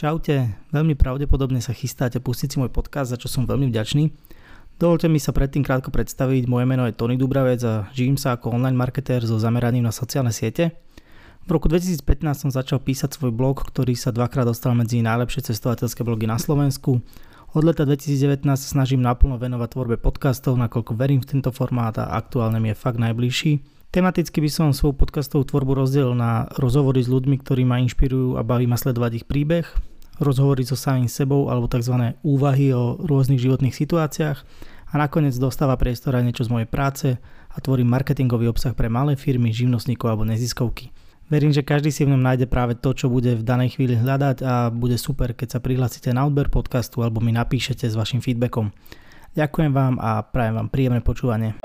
Čaute, veľmi pravdepodobne sa chystáte pustiť si môj podcast, za čo som veľmi vďačný. Dovoľte mi sa predtým krátko predstaviť, moje meno je Tony Dubravec a živím sa ako online marketér so zameraním na sociálne siete. V roku 2015 som začal písať svoj blog, ktorý sa dvakrát dostal medzi najlepšie cestovateľské blogy na Slovensku. Od leta 2019 sa snažím naplno venovať tvorbe podcastov, nakoľko verím v tento formát a aktuálne mi je fakt najbližší. Tematicky by som svoju podcastovú tvorbu rozdelil na rozhovory s ľuďmi, ktorí ma inšpirujú a baví ma sledovať ich príbeh, rozhovory so samým sebou alebo tzv. Úvahy o rôznych životných situáciách a nakoniec dostáva priestor aj niečo z mojej práce a tvorím marketingový obsah pre malé firmy, živnostníkov alebo neziskovky. Verím, že každý si v ňom nájde práve to, čo bude v danej chvíli hľadať a bude super, keď sa prihlásite na odber podcastu alebo mi napíšete s vašim feedbackom. Ďakujem vám a prajem vám príjemné počúvanie.